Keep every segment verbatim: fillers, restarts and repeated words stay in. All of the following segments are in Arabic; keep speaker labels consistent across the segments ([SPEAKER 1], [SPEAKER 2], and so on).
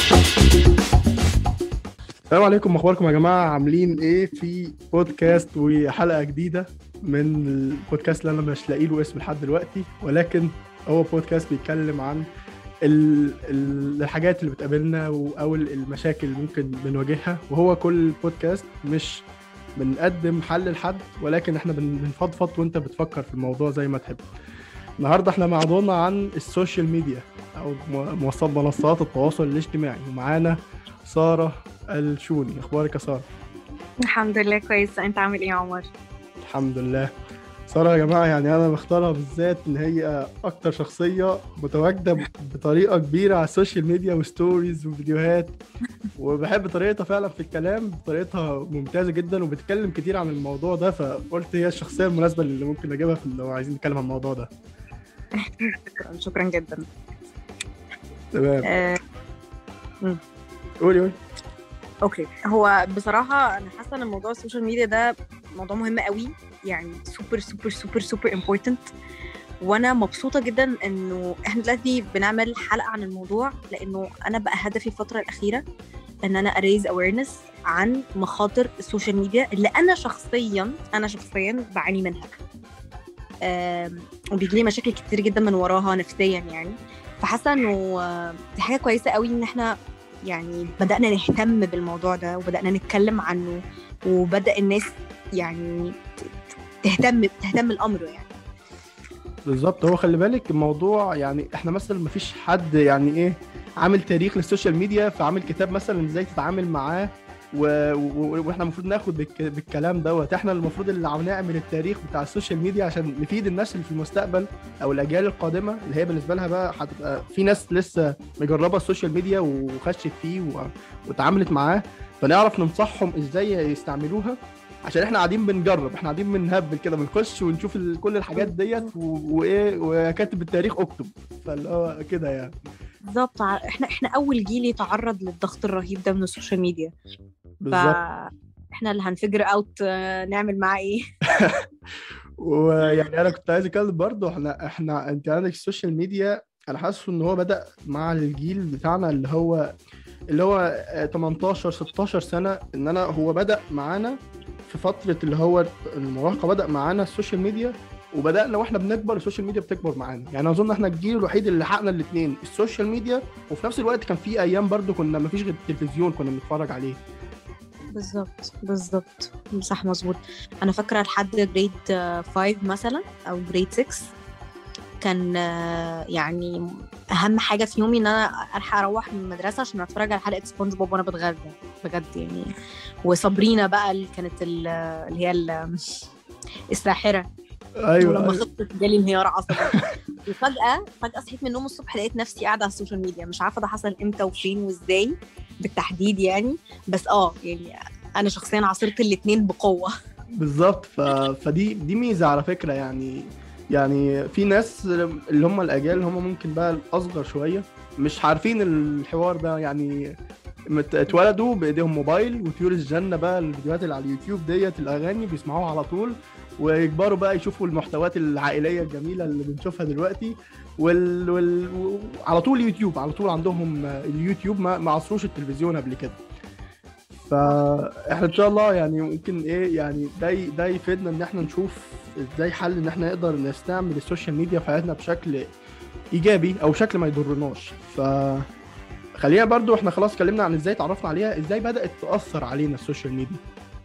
[SPEAKER 1] السلام عليكم، اخباركم يا جماعه؟ عاملين ايه؟ في بودكاست وحلقه جديده من البودكاست اللي انا مش لاقي له اسم لحد دلوقتي، ولكن هو بودكاست بيتكلم عن ال- ال- الحاجات اللي بتقابلنا او المشاكل اللي ممكن بنواجهها. وهو كل بودكاست مش بنقدم حل لحد، ولكن احنا بن- بنفضفض وانت بتفكر في الموضوع زي ما تحب. النهارده احنا موضوعنا عن السوشيال ميديا او م- منصات منصات التواصل الاجتماعي، ومعانا سارة الشوني. اخبارك يا سارة؟
[SPEAKER 2] الحمد لله كويس. انت عامل ايه يا عمر؟
[SPEAKER 1] الحمد لله. سارة يا جماعة، يعني أنا بختارها بالذات إن هي أكتر شخصية متواجدة بطريقة كبيرة على السوشيال ميديا وستوريز وفيديوهات، وبحب طريقتها فعلا في الكلام. طريقتها ممتازة جدا وبتتكلم كتير عن الموضوع ده، فقلت هي الشخصية المناسبة اللي ممكن أجيبها في لو عايزين نتكلم عن الموضوع ده.
[SPEAKER 2] شكرا شكرا جدا.
[SPEAKER 1] تمام.
[SPEAKER 2] آه، مم.
[SPEAKER 1] قولي قولي.
[SPEAKER 2] اوكي، هو بصراحة انا حاسة ان موضوع السوشيال ميديا ده موضوع مهم قوي، يعني سوبر سوبر سوبر سوبر امبورتنت. وانا مبسوطة جدا انه احنا دلوقتي بنعمل حلقة عن الموضوع، لانه انا بقى هدفي الفترة الاخيرة ان انا اريز اويرنس عن مخاطر السوشيال ميديا اللي انا شخصيا انا شخصيا بعاني منها. آم، وبيجيلي مشاكل كتير جدا من وراها نفسيا يعني. فحاسه انه آه، دي حاجه كويسه قوي ان احنا يعني بدأنا نهتم بالموضوع ده وبدأنا نتكلم عنه، وبدأ الناس يعني تهتم تهتم الأمر يعني.
[SPEAKER 1] بالظبط. هو خلي بالك الموضوع، يعني احنا مثلا مفيش حد يعني ايه عامل تاريخ للسوشيال ميديا، فعامل كتاب مثلا ازاي تتعامل معاه و... و... واحنا المفروض ناخد بالك... بالكلام دوت. احنا المفروض اللي عم نعمل التاريخ بتاع السوشيال ميديا عشان نفيد الناس اللي في المستقبل او الاجيال القادمه، اللي هي بالنسبه لها بقى هتبقى في ناس لسه مجربه السوشيال ميديا وخشت فيه و... وتعاملت معاه، فنعرف ننصحهم ازاي يستعملوها. عشان احنا قاعدين بنجرب، احنا قاعدين بنهبل كده، بنخش ونشوف ال... كل الحاجات ديت و... وايه، وكاتب التاريخ اكتب، فاللي هو كده يعني.
[SPEAKER 2] بالظبط. ع- احنا احنا أول جيل يتعرض للضغط الرهيب ده من السوشيال ميديا،
[SPEAKER 1] بالظبط.
[SPEAKER 2] فاحنا اللي هنفجر اوت نعمل معاه ايه.
[SPEAKER 1] ويعني انا كنت عايز اتكلم برضه، احنا احنا انت عندك السوشيال ميديا، انا حاسس ان هو بدأ مع الجيل بتاعنا اللي هو اللي هو آه، تمنتاشر ستاشر سنة، ان انا هو بدأ معانا في فترة اللي هو المراهقة، بدأ معانا السوشيال ميديا، وبدأنا واحنا بنكبر السوشيال ميديا بتكبر معانا. يعني اظن احنا الجيل الوحيد اللي حقنا الاثنين، السوشيال ميديا وفي نفس الوقت كان في ايام برضه كنا مفيش غير التلفزيون كنا بنتفرج عليه.
[SPEAKER 2] بالظبط بالظبط، صح مظبوط. انا فاكره لحد جريد خمسة مثلا او جريد ستة كان آه، يعني اهم حاجه في يومي ان انا الحق اروح من المدرسه عشان اتفرج على حلقه سبونج بوب وانا بتغدى بجد يعني. وصابرينا بقى اللي كانت ال- اللي هي ال- الساحره،
[SPEAKER 1] ايوه
[SPEAKER 2] ولما
[SPEAKER 1] ايوه.
[SPEAKER 2] خطت جالي انهيار عصبي. وفجاه فجاه صحيت من النوم الصبح لقيت نفسي قاعده على السوشيال ميديا، مش عارفه ده حصل امتى وفين وازاي بالتحديد يعني. بس اه يعني انا شخصيا عاصرت الاتنين بقوه.
[SPEAKER 1] بالظبط. ف... فدي دي ميزه على فكره. يعني يعني في ناس اللي هم الاجيال اللي هم ممكن بقى الاصغر شويه مش عارفين الحوار ده، يعني مت- اتولدوا بايديهم موبايل وطيور الجنه بقى، الفيديوهات اللي على اليوتيوب ديت، الاغاني بيسمعوها على طول، ويكبروا بقى يشوفوا المحتويات العائليه الجميله اللي بنشوفها دلوقتي، وال... وال... و- على طول يوتيوب، على طول عندهم اليوتيوب، ما ما عصروش التلفزيون قبل كده.
[SPEAKER 2] صح.
[SPEAKER 1] فاحنا ان شاء الله يعني ممكن ايه، يعني ده ي- ده يفيدنا ان احنا نشوف ازاي حل ان احنا نقدر نستعمل السوشيال ميديا في حياتنا بشكل ايجابي او شكل ما يضرناش. فخلينا برضو، احنا خلاص اتكلمنا عن ازاي تعرفنا عليها، ازاي بدأت تأثر علينا السوشيال ميديا.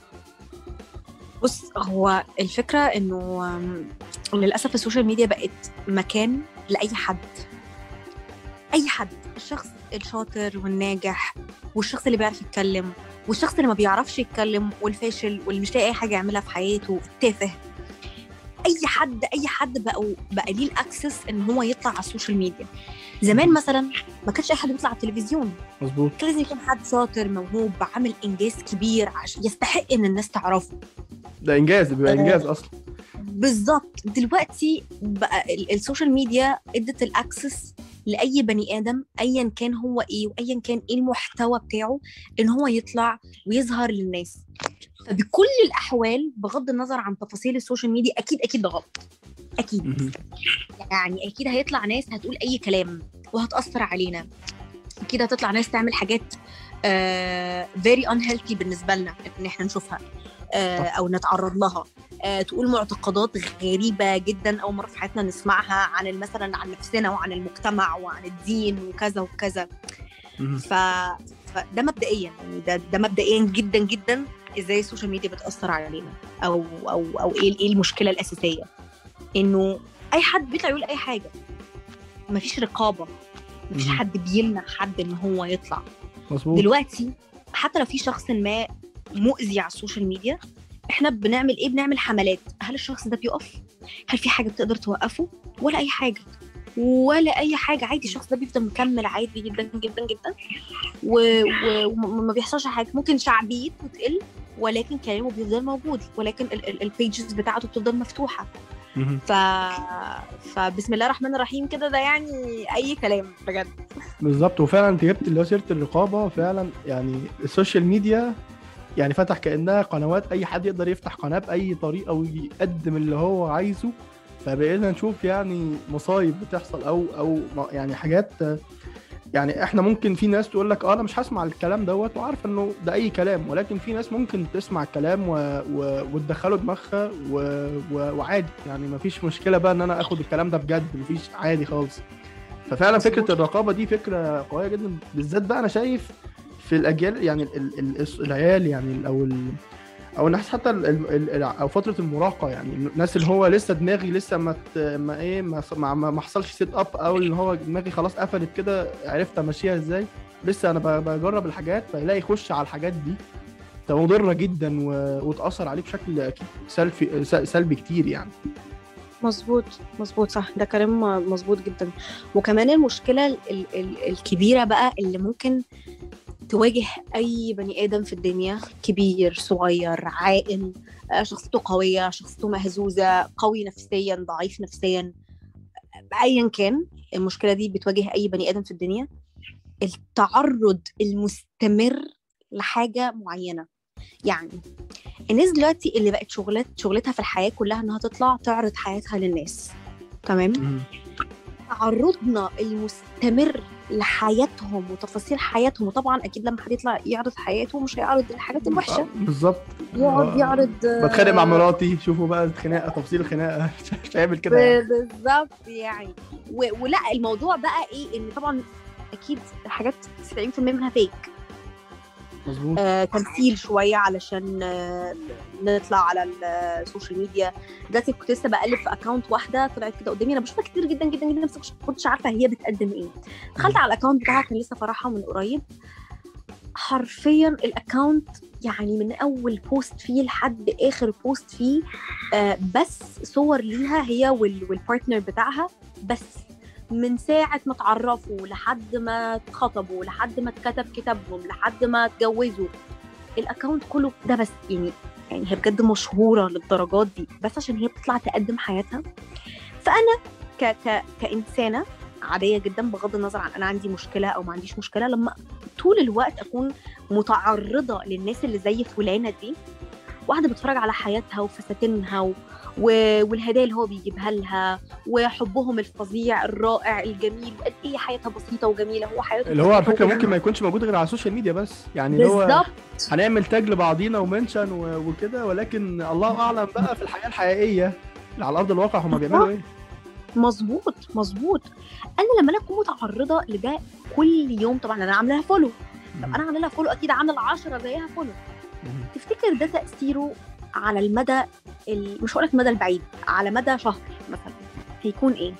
[SPEAKER 2] بص، هو الفكره انه آم، للاسف السوشيال ميديا بقت مكان لاي حد، اي حد، الشخص الشاطر والناجح والشخص اللي بيعرف يتكلم والشخص اللي ما بيعرفش يتكلم والفاشل واللي مش لاقي اي حاجه يعملها في حياته التافه. اي حد اي حد بقى بقى ليه الاكسس ان هو يطلع على السوشيال ميديا. زمان مثلا ما كانش اي حد بيطلع على التلفزيون،
[SPEAKER 1] مظبوط.
[SPEAKER 2] كان لازم يكون حد شاطر موهوب عامل انجاز كبير عشان يستحق ان الناس تعرفه.
[SPEAKER 1] ده انجاز، بيبقى انجاز
[SPEAKER 2] آه،
[SPEAKER 1] اصلا.
[SPEAKER 2] بالظبط. دلوقتي بقى ال- السوشيال ميديا ادت الاكسس لاي بني ادم ايا كان هو ايه وايا كان ايه المحتوى بتاعه ان هو يطلع ويظهر للناس. فبكل الاحوال بغض النظر عن تفاصيل السوشيال ميديا اكيد اكيد ده غلط، اكيد.
[SPEAKER 1] مهم.
[SPEAKER 2] يعني اكيد هيطلع ناس هتقول اي كلام وهتاثر علينا. اكيد هتطلع ناس تعمل حاجات آه very unhealthy بالنسبه لنا ان احنا نشوفها آه او نتعرض لها، آه تقول معتقدات غريبه جدا اول مره في حياتنا نسمعها عن مثلا عن نفسنا وعن المجتمع وعن الدين وكذا وكذا. ف... فده مبدئيا يعني ده ده مبدئيا جدا جدا ازاي السوشيال ميديا بتاثر علينا، او او او ايه ايه المشكله الاساسيه، انه اي حد بيطلع يقول اي حاجه، مفيش رقابه، مفيش حد بيمنع حد ان هو يطلع. مظبوط. دلوقتي حتى لو في شخص ما مؤذي على السوشيال ميديا، احنا بنعمل ايه؟ بنعمل حملات. هل الشخص ده بيقف؟ هل في حاجه بتقدر توقفه؟ ولا اي حاجه ولا اي حاجه، عادي الشخص ده بيفضل مكمل عادي جدا جدا جدا وما بيحصلش حاجه. ممكن شعبيته تقل ولكن كلامه بيفضل موجود، ولكن البيجز بتاعته بتفضل مفتوحه. ف... فبسم الله الرحمن الرحيم كده، ده يعني اي كلام بجد.
[SPEAKER 1] بالظبط. وفعلا انت جبت اللي هو سيره الرقابه. فعلا يعني السوشيال ميديا يعني فتح كانها قنوات، اي حد يقدر يفتح قناه باي طريقه ويقدم اللي هو عايزه. فبقينا نشوف يعني مصايب بتحصل او او يعني حاجات، يعني احنا ممكن في ناس تقول لك اه انا مش هسمع الكلام دوت وعارف انه ده اي كلام، ولكن في ناس ممكن تسمع الكلام و... و... وتدخله دماغها و... و... وعادي يعني مفيش مشكله بقى ان انا اخد الكلام ده بجد، مفيش عادي خالص. ففعلا فكره الرقابه دي فكره قويه جدا، بالذات بقى انا شايف في الاجيال يعني ال... ال... العيال يعني او ال... او الناس حتى ال ال او فتره المراهقه، يعني الناس اللي هو لسه دماغي لسه ما ما ايه ما ما, ما حصلش سيت اب، او اللي هو دماغي خلاص قفلت كده عرفت امشيها ازاي، لسه انا بجرب الحاجات، فيلاقي يخش على الحاجات دي مضره جدا وتاثر عليه بشكل اكيد سلبي سلبي كتير يعني.
[SPEAKER 2] مظبوط مظبوط صح، ده كلام مظبوط جدا. وكمان المشكله ال ال الكبيره بقى اللي ممكن تواجه أي بني آدم في الدنيا، كبير صغير عاقل، شخصيته قوية شخصيته مهزوزة، قوي نفسيا ضعيف نفسيا، أيا كان المشكلة دي بتواجه أي بني آدم في الدنيا، التعرض المستمر لحاجة معينة. يعني الناس دلوقتي اللي بقت شغلت شغلتها في الحياة كلها إنها تطلع تعرض حياتها للناس، تمام؟ تعرضنا المستمر لحياتهم وتفاصيل حياتهم، وطبعا اكيد لما حد يطلع يعرض حياته مش هيعرض الحاجات الوحشه.
[SPEAKER 1] بالظبط.
[SPEAKER 2] يقعد يعرض
[SPEAKER 1] بتخانق مع مراتي، شوفوا بقى الخناقه تفاصيل الخناقه مش هيعمل كده يعني.
[SPEAKER 2] بالظبط يعني. ولا الموضوع بقى ايه؟ ان طبعا اكيد الحاجات تسعين بالمية منها فيك،
[SPEAKER 1] مظبوط.
[SPEAKER 2] آه، تمثيل شويه علشان آه، نطلع على السوشيال ميديا. دلوقتي كنت لسه بقلب في اكونت واحده طلعت كده قدامي، انا بشوفها كتير جدا جدا جدا بس ما كنتش عارفه هي بتقدم ايه. دخلت على الاكونت بتاعها، كان لسه فرحها من قريب، حرفيا الاكونت يعني من اول بوست فيه لحد اخر بوست فيه آه، بس صور ليها هي والبارتنر بتاعها، بس من ساعة ما تعرفوا لحد ما اتخطبوا لحد ما اتكتب كتابهم لحد ما اتجوزوا، الاكونت كله ده بس. يعني يعني هي بجد مشهورة للدرجات دي بس عشان هي بتطلع تقدم حياتها. فأنا ك ك كإنسانة عادية جدا بغض النظر عن أنا عندي مشكلة أو ما عنديش مشكلة، لما طول الوقت أكون متعرضة للناس اللي زي فلانة دي، واحدة بتفرج على حياتها وفساتينها و... والهدايا اللي هو بيجيبها لها وحبهم الفظيع الرائع الجميل، قد ايه حياتها بسيطه وجميله، هو حياته
[SPEAKER 1] اللي هو على فكره ممكن ما يكونش موجود غير على السوشيال ميديا بس، يعني اللي هو هنعمل تاج لبعضينا ومنشن وكده، ولكن الله اعلم بقى في الحياه الحقيقيه اللي على ارض الواقع هم بيعملوا ايه.
[SPEAKER 2] مظبوط مظبوط. انا لما انا اكون متعرضه لده كل يوم، طبعا انا عامله لها فولو، طب انا عامله لها فولو اكيد عامله عشرة زيها فولو، تفتكر ده تاثيره على المدى مش هقولك المدى البعيد، على مدى شهر مثلا هيكون ايه؟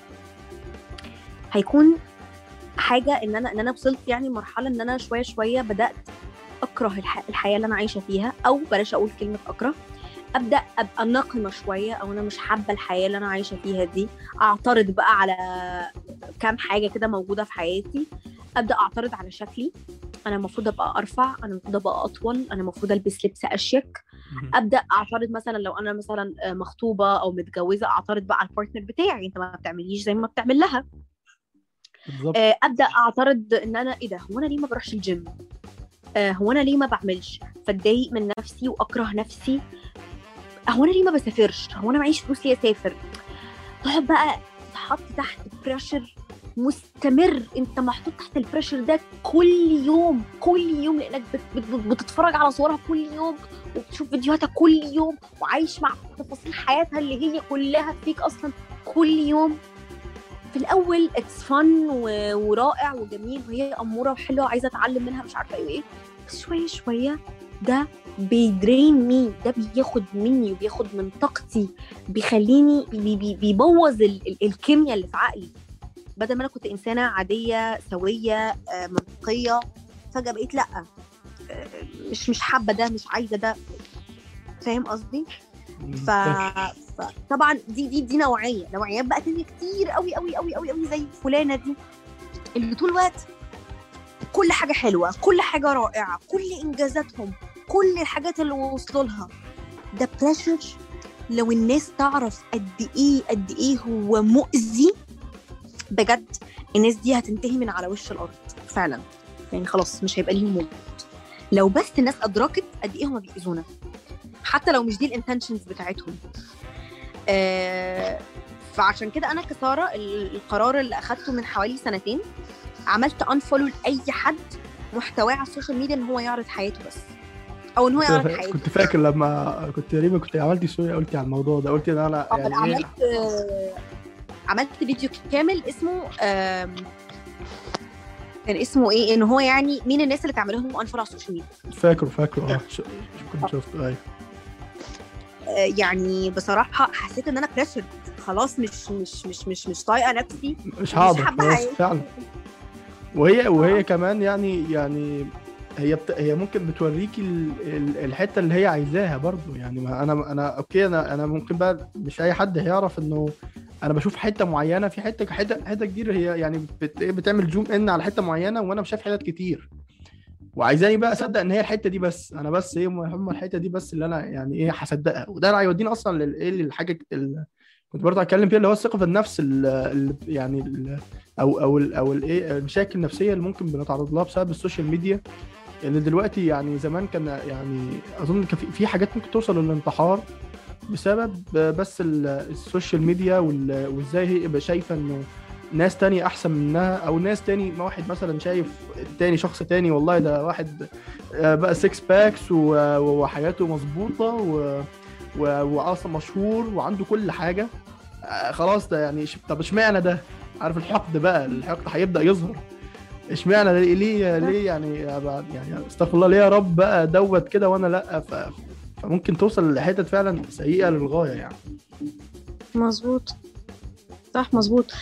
[SPEAKER 2] هيكون حاجه ان انا ان انا وصلت يعني مرحله ان انا شويه شويه بدات اكره الح... الحياه اللي انا عايشه فيها، او بلاش اقول كلمه اكره، ابدا ابقى ناقمه شويه، او انا مش حابه الحياه اللي انا عايشه فيها دي، اعترض بقى على كام حاجه كده موجوده في حياتي، ابدا اعترض على شكلي، انا المفروض ابقى ارفع، انا المفروض ابقى اطول، انا المفروض البس لبس اشيك، ابدا اعترض مثلا لو انا مثلا مخطوبه او متجوزه، اعترض بقى على البارتنر بتاعي، انت ما بتعمليش زي ما بتعمل لها. بالظبط. ابدا اعترض ان انا ايه ده، هو انا ليه ما بروحش الجيم، آه هو انا ليه ما بعملش، فاتضايق من نفسي واكره نفسي، هو انا ليه ما بسافرش، هو انا معيش فلوس ليه اسافر، تقعد بقى تحط تحت بريشر مستمر، انت محطوط تحت البريشر ده كل يوم كل يوم، لانك بت بت بتتفرج على صورها كل يوم وبتشوف فيديوهاتها كل يوم وعايش مع تفاصيل حياتها اللي هي كلها فيك اصلا كل يوم. في الاول اتس فن ورائع وجميل، وهي اموره وحلوه وعايزه اتعلم منها مش عارفه ايه وايه، بس شويه شويه ده بيدرين مي، ده بياخد مني وبياخد من طاقتي، بيخليني بي بي بيبوظ ال ال الكيمياء اللي في عقلي. بدل ما انا كنت انسانه عاديه سويه منطقيه، فجاه بقيت لا، مش مش حابه ده، مش عايزه ده. فاهم قصدي؟ ف... فطبعا دي دي دي نوعيه نوعيات بقى تانية كتير قوي قوي قوي قوي قوي، زي فلانه دي اللي طول الوقت كل حاجه حلوه، كل حاجه رائعه، كل انجازاتهم، كل الحاجات اللي وصلوا لها. ده بريشر لو الناس تعرف قد ايه قد ايه هو مؤذي بجد، الناس دي هتنتهي من على وش الارض فعلا، يعني خلاص مش هيبقى ليهم موت. لو بس الناس ادركت قد ايه هم بيأذونا، حتى لو مش دي الانتنشنز بتاعتهم. آه فعشان كده انا كساره القرار اللي اخدته من حوالي سنتين، عملت انفولو لاي حد محتواه على السوشيال ميديا ان هو يعرض حياته بس، او ان هو يعرض حياته.
[SPEAKER 1] كنت فاكر لما كنت تقريبا كنت عملتي سوري قلتي على الموضوع ده، قلتي ان انا يعني
[SPEAKER 2] عملت إيه؟ عملت فيديو كامل اسمه كان اسمه ايه، ان هو يعني مين الناس اللي تعمل لهم انفولو على السوشيال ميديا.
[SPEAKER 1] فاكره فاكره اه كنت شفته. ايوه
[SPEAKER 2] يعني بصراحه حسيت ان انا بريشر خلاص، مش مش مش مش مش طايقه نفسي،
[SPEAKER 1] مش هقدر خلاص فعلا. وهي وهي آه. كمان يعني يعني هي بت... هي ممكن بتوريكي ال... ال... الحته اللي هي عايزاها برضو. يعني ما انا انا اوكي انا انا ممكن بقى مش اي حد هيعرف انه انا بشوف حته معينه في حته حته حته كتير، هي يعني بت... بتعمل زوم ان على حته معينه وانا مش شايف حتت كتير، وعايزاني بقى اصدق ان هي الحته دي بس، انا بس هي هم الحته دي بس اللي انا يعني ايه هصدقها. وده اللي هيودينا اصلا للايه للحاجه اللي كنت برضه هتكلم فيها، اللي هو الثقه في النفس، اللي يعني ال او او ال او الايه المشاكل النفسيه اللي ممكن بنتعرض لها بسبب السوشيال ميديا. اللي دلوقتي يعني زمان كان يعني اظن كان في حاجات ممكن توصل للانتحار بسبب بس السوشيال ميديا، وازاي هي يبقى شايفه انه ناس تاني احسن منها، او ناس تاني ما واحد مثلا شايف تاني شخص تاني والله ده واحد بقى سيكس باكس وحياته مظبوطه واصلا مشهور وعنده كل حاجه، خلاص ده يعني طب اشمعنى ده؟ عارف الحقد بقى، الحقد هيبدا يظهر. اشمعنى ليه ليه يعني يعني استغفر الله ليه يا رب بقى دوت كده وانا لا. فممكن توصل لحتت فعلا سيئه للغايه يعني.
[SPEAKER 2] مظبوط صح مظبوط.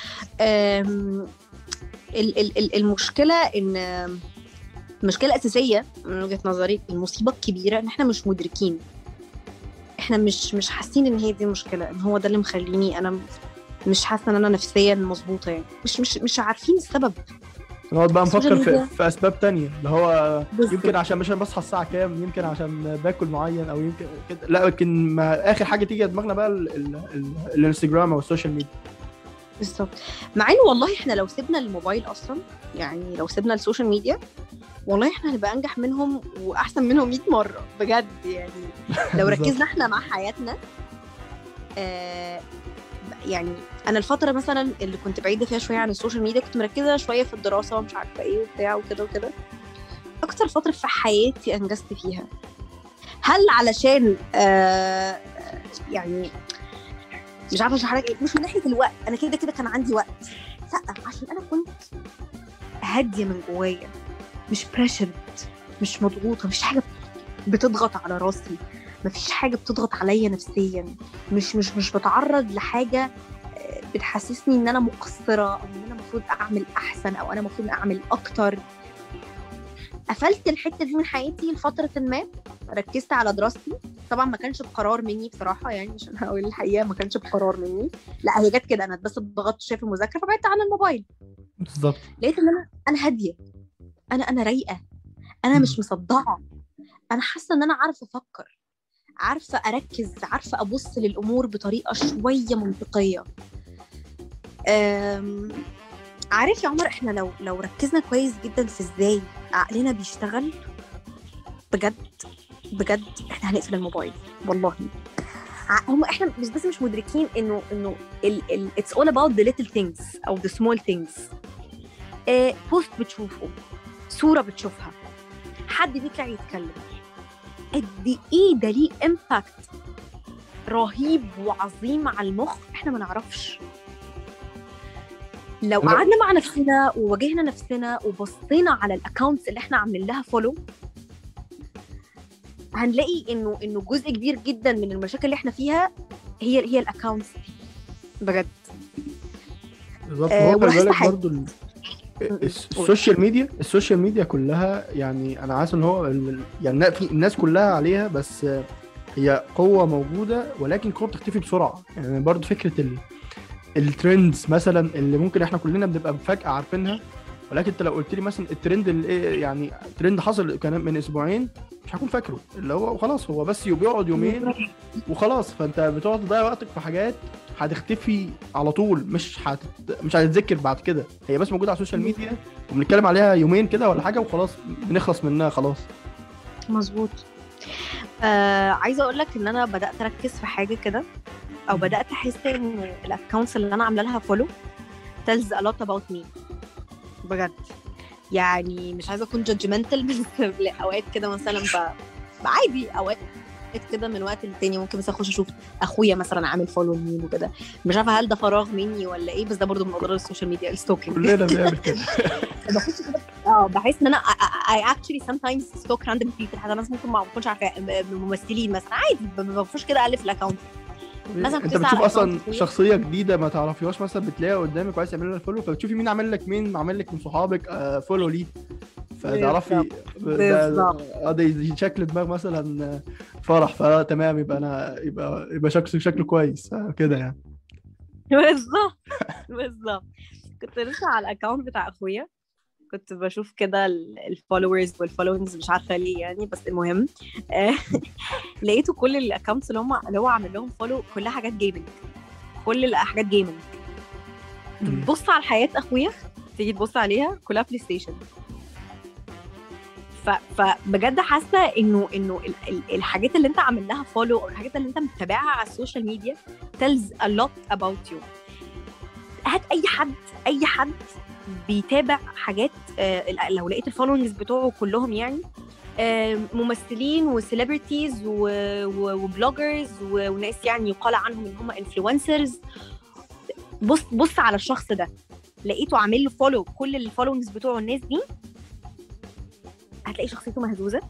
[SPEAKER 2] المشكله ان المشكله الاساسيه من وجهه نظري، المصيبه الكبيره ان احنا مش مدركين، احنا مش مش حاسين ان هي دي المشكله، ان هو ده اللي مخليني انا مش حاسه ان انا نفسيا مظبوطه، يعني مش مش مش عارفين السبب.
[SPEAKER 1] نقعد بقى نفكر في, في اسباب تانية، اللي هو يمكن عشان مش بصحى الساعه كام، يمكن عشان باكل معين، او يمكن كده. لا لكن ما اخر حاجه تيجي دماغنا بقى ال ال ال الانستجرام او السوشيال ميديا.
[SPEAKER 2] بالظبط. مع ان والله احنا لو سيبنا الموبايل اصلا، يعني لو سيبنا السوشيال ميديا، والله احنا هنبقى انجح منهم واحسن منهم مية مره بجد. يعني لو ركزنا احنا مع حياتنا. آه يعني انا الفتره مثلا اللي كنت بعيده فيها شويه عن السوشيال ميديا، كنت مركزه شويه في الدراسه ومش عارفه ايه وبتاع وكده وكده. اكتر فتره في حياتي انجزت فيها، هل علشان آه يعني مش عارفه اشرح لك، مش من ناحيه الوقت، انا كده كده كان عندي وقت، لا عشان انا كنت هاديه من جوايا، مش بريشرد، مش مضغوطه، مش حاجه بتضغط على راسي، مفيش حاجه بتضغط عليا نفسيا، مش مش مش بتعرض لحاجه بتحسسني ان انا مقصره، او ان انا المفروض اعمل احسن، او انا المفروض اعمل اكتر. قفلت الحته دي من حياتي لفتره ما، ركزت على دراستي. طبعا ما كانش بقرار مني بصراحه، يعني عشان هقول الحقيقه ما كانش بقرار مني، لا هي جت كده، انا بس ضغطت شويه في المذاكره فبعدت عن الموبايل.
[SPEAKER 1] بالظبط.
[SPEAKER 2] لقيت ان انا انا هاديه، انا انا رايقه، انا مش مصدعه، انا حاسه ان انا عارفه افكر، عارفه اركز، عارفه ابص للامور بطريقه شويه منطقيه. أم... عارف يا عمر، احنا لو لو ركزنا كويس جدا في ازاي عقلنا بيشتغل بجد بجد، احنا هنقفل الموبايل والله. هم احنا مش بس مش مدركين انه انه ال ال it's all about the little things او the small things. آه، بوست بتشوفه، صورة بتشوفها، حد بيطلع يتكلم، قد ايه ده ليه امباكت رهيب وعظيم على المخ احنا ما نعرفش. لو
[SPEAKER 1] أنا
[SPEAKER 2] قعدنا مع نفسنا وواجهنا نفسنا وبصينا على الاكونتس اللي احنا عاملين لها فولو، هنلاقي انه انه جزء كبير جدا من المشاكل اللي احنا فيها هي هي الاكونتس دي بجد.
[SPEAKER 1] بالظبط.
[SPEAKER 2] أه
[SPEAKER 1] هو خلي
[SPEAKER 2] ولاحظت
[SPEAKER 1] بالك
[SPEAKER 2] حاجه.
[SPEAKER 1] برضو ال- الس-
[SPEAKER 2] قول.
[SPEAKER 1] السوشيال ميديا السوشيال ميديا كلها، يعني انا عايز ان هو ال- يعني في الناس كلها عليها، بس هي قوة موجودة ولكن قوة بتختفي بسرعة. يعني برضو فكرة ال... الترندز مثلا اللي ممكن احنا كلنا بنبقى فجأة عارفينها، ولكن انت لو قلت لي مثلا الترند اللي إيه، يعني ترند حصل كان من اسبوعين، مش هكون فاكره، اللي هو خلاص هو بس بيقعد يومين وخلاص. فانت بتقعد تضيع وقتك في حاجات هتختفي على طول، مش هت... مش هتتذكر بعد كده. هي بس موجودة على السوشيال ميديا وبنتكلم عليها يومين كده ولا حاجة وخلاص بنخلص منها خلاص.
[SPEAKER 2] مظبوط. آه عايزه اقول لك ان انا بدات اركز في حاجه كده، او بدات احس ان الاكونتس اللي انا عامله لها فولو tells a lot about me بجد. يعني مش عايزه اكون judgmental بس اوقات كده مثلا ب... عادي اوقات كده من وقت للتاني ممكن مثلا اخش اشوف اخويا مثلا عامل فولو لمين وكده. مش عارفه هل ده فراغ مني ولا ايه، بس ده برضو من اضرار السوشيال ميديا، الستوكينج.
[SPEAKER 1] كلنا بنعمل كده.
[SPEAKER 2] بخش كده اه بحس ان انا I, I actually sometimes stalk random people، حتى ناس ممكن ما بكونش عارفه ممثلين مثلا، عادي بخش كده الف الاكونت مثلا.
[SPEAKER 1] انت بتشوف اصلا شخصيه جديده ما تعرفيهاش مثلا، بتلاقيها قدامك وعايز تعمل لها فولو، فبتشوفي مين عامل لك مين عامل لك من صحابك آه فولو ليه، فتعرفي
[SPEAKER 2] بالظبط.
[SPEAKER 1] اه ده شكل دماغ مثلا فرح، فتمام يبقى انا يبقى يبقى شكله شكله كويس كده يعني.
[SPEAKER 2] بالظبط بالظبط. كنت لسه على الاكونت بتاع اخويا، كنت بشوف كده الفولورز والفولوينجز، مش عارفه ليه يعني، بس المهم لقيته كل الاكونتس اللي هم اللي هو عامل لهم فولو كلها حاجات جيمنج، كل الحاجات جيمنج. تبص على حياه اخويا تيجي تبص عليها كلها بلاي ستيشن. ف... فبجد حاسه انه انه ال... ال... الحاجات اللي انت عامل لها فولو او الحاجات اللي انت متابعها على السوشيال ميديا tells a lot about you. هات اي حد اي حد بيتابع حاجات، آه لو لقيت الفولوينجز بتوعه كلهم يعني آه ممثلين وسيلبرتيز وبلوجرز وناس يعني يقال عنهم ان هم انفلونسرز، بص بص على الشخص ده لقيته عامل له فولو كل الفولوينجز بتوعه الناس دي، هتلاقي شخصيته مهزوزه،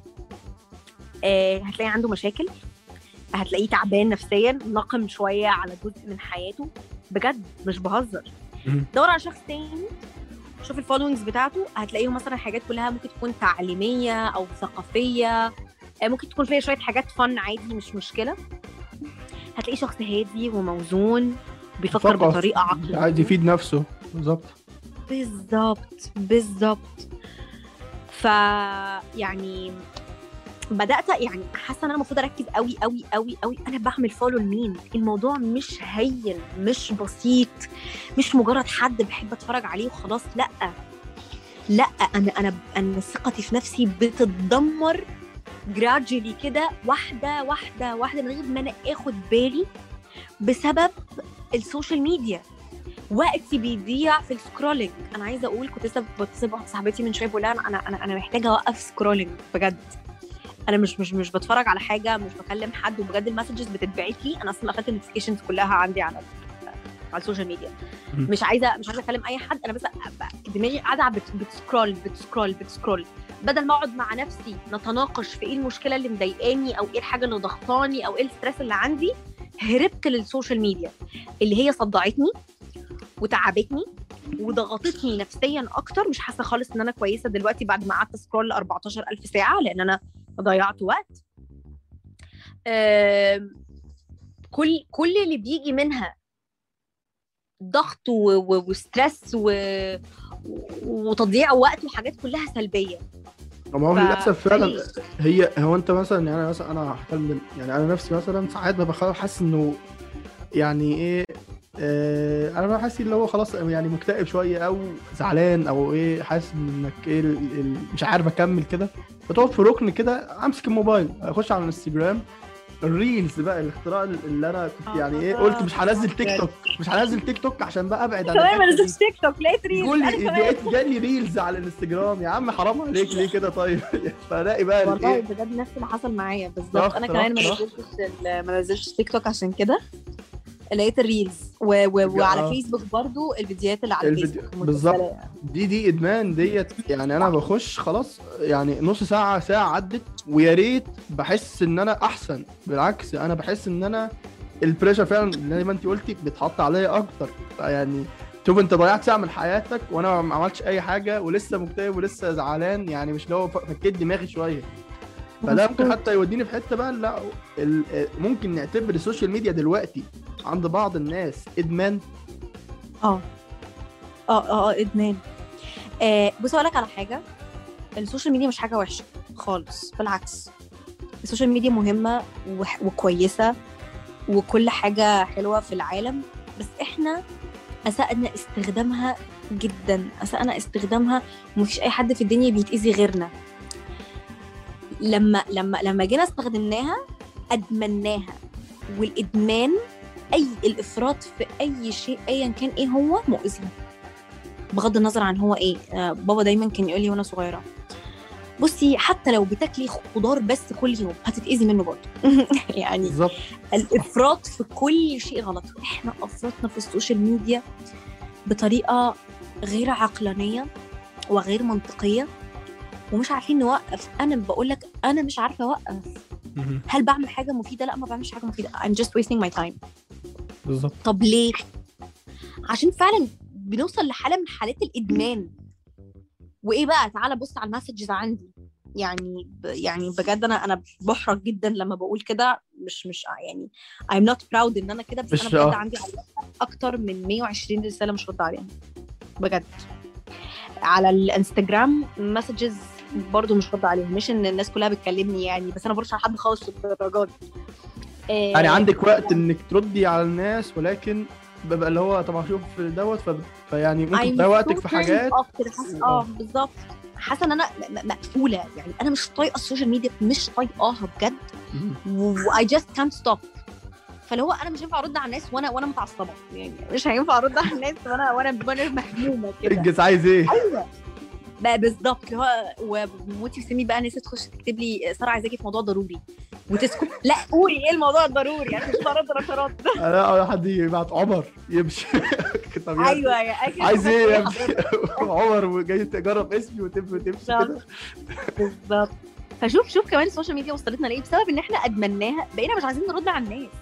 [SPEAKER 2] آه هتلاقي عنده مشاكل، هتلاقيه تعبان نفسيا، ناقم شويه على جزء من حياته، بجد مش بهزر. دور على شخص تاني شوف الفولوينجز بتاعته، هتلاقيهم مثلا حاجات كلها ممكن تكون تعليميه او ثقافيه، ممكن تكون فيها شويه حاجات فن عادي مش مشكله. هتلاقي شخص هادي وموزون بيفكر بطريقه عقلانيه،
[SPEAKER 1] عايز يفيد نفسه. بالظبط
[SPEAKER 2] بالظبط بالظبط. ف يعني بدات يعني حاسه ان انا المفروض اركز قوي قوي قوي قوي انا بعمل فولو لمين. الموضوع مش هين، مش بسيط، مش مجرد حد بحب اتفرج عليه وخلاص. لا لا انا انا انا ثقتي في نفسي بتتدمر جراجولي كده، واحده واحده واحده، من غير ما انا اخد بالي، بسبب السوشيال ميديا. وقتي بيضيع في السكرولينج. انا عايزه اقول كنت لسه بتصل صاحبتي من شويه بقول لها انا انا انا محتاجه اوقف سكرولينج بجد. انا مش مش مش بتفرج على حاجه، مش بكلم حد، وبجد المسجز بتتبعت لي. انا اصلا قفلت النوتيفيكيشنز كلها عندي على على السوشيال ميديا. مش عايزه مش عايزه اكلم اي حد، انا بس دماغي قاعده بتسكرول بتسكرول بتسكرول، بدل ما اقعد مع نفسي نتناقش في ايه المشكله اللي مضايقاني او ايه الحاجه اللي ضغطاني او ايه الستريس اللي عندي. هربت للسوشيال ميديا اللي هي صدعتني وتعبتني وضغطتني نفسيا اكتر. مش حاسه خالص ان انا كويسه دلوقتي بعد ما قعدت سكرول أربعتاشر ألف ساعه، لان انا ضيعت وقت. كل كل اللي بيجي منها ضغط وستريس وتضييع وقت وحاجات كلها سلبيه.
[SPEAKER 1] هو ف... للاسف فعلا هي هو انت مثلا يعني مثلا انا هتكلم يعني انا نفسي مثلا ساعات ببقى حاسس انه يعني ايه آه انا بحس اللي هو خلاص يعني مكتئب شويه او زعلان او ايه، حاسس انك ايه ال... ال... مش عارف اكمل كده، فتقعد في ركن كده امسك الموبايل اخش على الانستجرام الريلز بقى الاختراع اللي انا كنت يعني ايه
[SPEAKER 2] آه.
[SPEAKER 1] قلت مش هنزل تيك توك مش هنزل تيك توك عشان بقى ابعد عن
[SPEAKER 2] كمان ما
[SPEAKER 1] الحتة دي.
[SPEAKER 2] نزلتش تيك توك لقيت ريلز
[SPEAKER 1] يقول
[SPEAKER 2] انا
[SPEAKER 1] لي
[SPEAKER 2] كمان
[SPEAKER 1] لقيت جالي ريلز على الانستجرام، يا عم حرام عليك ليه كده طيب. فلاقي بقى
[SPEAKER 2] والله
[SPEAKER 1] الايه
[SPEAKER 2] بجد نفس اللي حصل معايا بالظبط.
[SPEAKER 1] ضغط
[SPEAKER 2] انا كمان ما
[SPEAKER 1] ضغط
[SPEAKER 2] نزلتش ال- ما نزلتش تيك توك عشان كده لقيت الريلز و... و... وعلى
[SPEAKER 1] آه.
[SPEAKER 2] فيسبوك برضو الفيديوهات اللي على
[SPEAKER 1] الفيديو
[SPEAKER 2] الفيسبوك
[SPEAKER 1] بالظبط.
[SPEAKER 2] مسلسلات.
[SPEAKER 1] دي دي ادمان ديت، يعني انا بخش خلاص يعني نص ساعه ساعه عدت ويا ريت بحس ان انا احسن، بالعكس انا بحس ان انا البريشر فعلا زي ما انت قلتي بتحط عليا اكتر. يعني شوف انت ضيعت ساعه من حياتك وانا ما عملتش اي حاجه ولسه مكتئب ولسه زعلان، يعني مش لو فكيت دماغي شويه. فده ممكن حتى يوديني في حته بقى لا ال- ممكن نعتبر السوشيال ميديا دلوقتي عند بعض الناس ادمان.
[SPEAKER 2] اه اه اه اه ادمان. آه بص اقول لك على حاجه، السوشيال ميديا مش حاجه وحشه خالص، بالعكس السوشيال ميديا مهمه وح- وكويسه وكل حاجه حلوه في العالم، بس احنا اسأنا استخدامها جدا، اسأنا استخدامها ومفيش اي حد في الدنيا بيتأذي غيرنا. لما لما لما جينا استخدمناها ادمناها، والادمان اي الافراط في اي شيء ايا كان ايه هو مؤذي بغض النظر عن هو ايه. آه بابا دايما كان يقول لي وانا صغيره بصي حتى لو بتاكلي خضار بس كل يوم هتتأذي منه برضه. يعني
[SPEAKER 1] بالظبط.
[SPEAKER 2] الافراط في كل شيء غلط. احنا افرطنا في السوشيال ميديا بطريقه غير عقلانيه وغير منطقيه ومش عارفين نوقف. انا بقول لك انا مش عارفه اوقف. هل بعمل حاجه مفيده؟ لا ما بعملش حاجه مفيده. I'm just wasting my time.
[SPEAKER 1] بالظبط.
[SPEAKER 2] طب ليه؟ عشان فعلا بنوصل لحاله من حالات الادمان. وايه بقى، تعالى بص على المسجز عندي، يعني ب... يعني بجد انا انا بحرج جدا لما بقول كده، مش مش يعني I'm not proud ان انا كده، بس انا بجد عندي على اكتر من مية وعشرين رساله مش رد عليها بجد. على الانستجرام مسجز برضو مش رد عليهم، مش ان الناس كلها بتكلمني يعني، بس انا برش على حد خالص الدرجات دي.
[SPEAKER 1] يعني عندك وقت انك تردي على الناس، ولكن ببقى اللي هو طبعا شوف دوت ف... فيعني ممكن تضيع وقتك في حاجات.
[SPEAKER 2] اه بالظبط. حاسه ان انا مقفوله، يعني انا مش طايقه السوشيال ميديا، مش طايقاها بجد. و I just can't stop. فلو انا مش هينفع ارد على الناس وانا وانا متعصبه، يعني مش هينفع ارد على الناس وانا وانا وانا مهمومه كده.
[SPEAKER 1] انجز عايز ايه؟
[SPEAKER 2] ايوه بقى بالظبط. اللي هو وموتي وسمي بقى ناس تخش تكتب لي ساره عايزاكي في موضوع ضروري وتسكت. لا قولي ايه الموضوع الضروري، انا مش برد رشارات.
[SPEAKER 1] انا حد يبعت عمر يمشي.
[SPEAKER 2] ايوه يا اكيد.
[SPEAKER 1] عايز ايه يا ابني؟ عمر وجاي تجرب اسمي وتمشي كده
[SPEAKER 2] بالظبط. فشوف شوف كمان السوشيال ميديا وصلتنا لايه، بسبب ان احنا ادمناها بقينا مش عايزين نرد على الناس.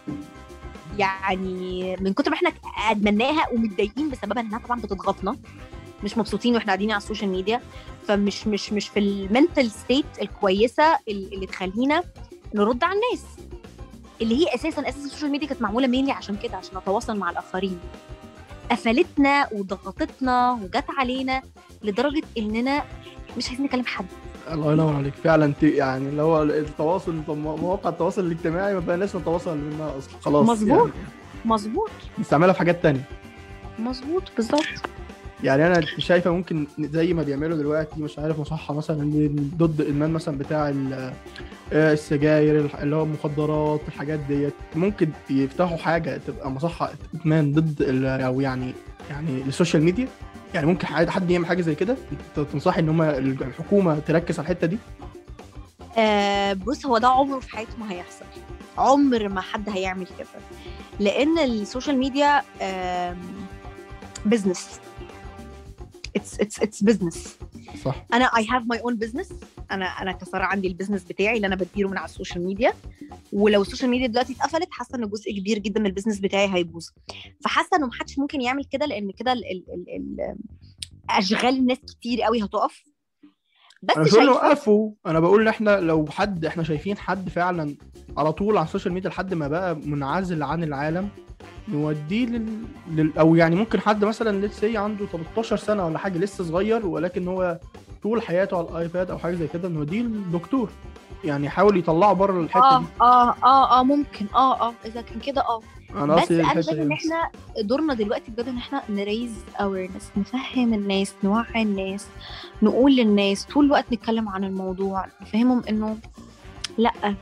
[SPEAKER 2] يعني من كتر ما احنا ادمناها ومتضايقين بسببها، انها طبعا بتضغطنا، مش مبسوطين واحنا قاعدين على السوشيال ميديا، فمش مش مش في المنتل ستيت الكويسه اللي تخلينا نرد على الناس، اللي هي اساسا اساس السوشيال ميديا كانت معموله مينلي عشان كده، عشان نتواصل مع الاخرين. قفلتنا وضغطتنا وجت علينا لدرجه اننا مش عايزين نكلم حد.
[SPEAKER 1] الله ينور عليك فعلا. يعني اللي هو التواصل، مواقع التواصل الاجتماعي ما بقيناش نتواصل منها اصلا خلاص.
[SPEAKER 2] مظبوط
[SPEAKER 1] يعني
[SPEAKER 2] مظبوط
[SPEAKER 1] نستعملها في حاجات تانية.
[SPEAKER 2] مظبوط بالظبط.
[SPEAKER 1] يعني انا شايفه ممكن زي ما بيعملوا دلوقتي مش عارف مصحه مثلا ضد الادمان مثلا بتاع السجاير اللي هو المخدرات الحاجات ديت، ممكن يفتحوا حاجه تبقى مصحه ادمان ضد او يعني يعني السوشيال ميديا. يعني ممكن حد يعمل حاجه زي كده؟ تنصحي ان هم الحكومه تركز على الحته دي؟
[SPEAKER 2] آه بص، هو ده عمره في حياته ما هيحصل، عمر ما حد هيعمل كده، لان السوشيال ميديا آه بزنس. it's it's it's business.
[SPEAKER 1] صح.
[SPEAKER 2] انا I have my own business. انا انا كساره عندي البيزنس بتاعي اللي انا بديره من على السوشيال ميديا، ولو السوشيال ميديا دلوقتي اتقفلت حاسه ان جزء كبير جدا من البيزنس بتاعي هيبوظ. فحاسه انه محدش ممكن يعمل كده، لان كده ال ال ال اشغال الناس كتير قوي هتقف.
[SPEAKER 1] بس انا مش بقول وقفوا، انا بقول ان احنا لو حد احنا شايفين حد فعلا على طول على السوشيال ميديا لحد ما بقى منعزل عن العالم، نوديه لل... لل... او يعني ممكن حد مثلا ليتس سي عنده تلتاشر سنه ولا حاجه لسه صغير، ولكن هو طول حياته على الايباد او حاجه زي كده، نوديه للدكتور يعني يحاول يطلعه بره الحته
[SPEAKER 2] آه
[SPEAKER 1] دي.
[SPEAKER 2] اه اه اه ممكن اه اه اذا كان كده اه
[SPEAKER 1] انا
[SPEAKER 2] بس انا شايف ان احنا دورنا دلوقتي بجد ان احنا نريز اويرنس، نفهم الناس، نوعي الناس، نقول للناس طول الوقت، نتكلم عن الموضوع، نفهمهم انه لا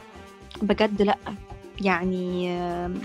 [SPEAKER 2] بجد لا، يعني آم،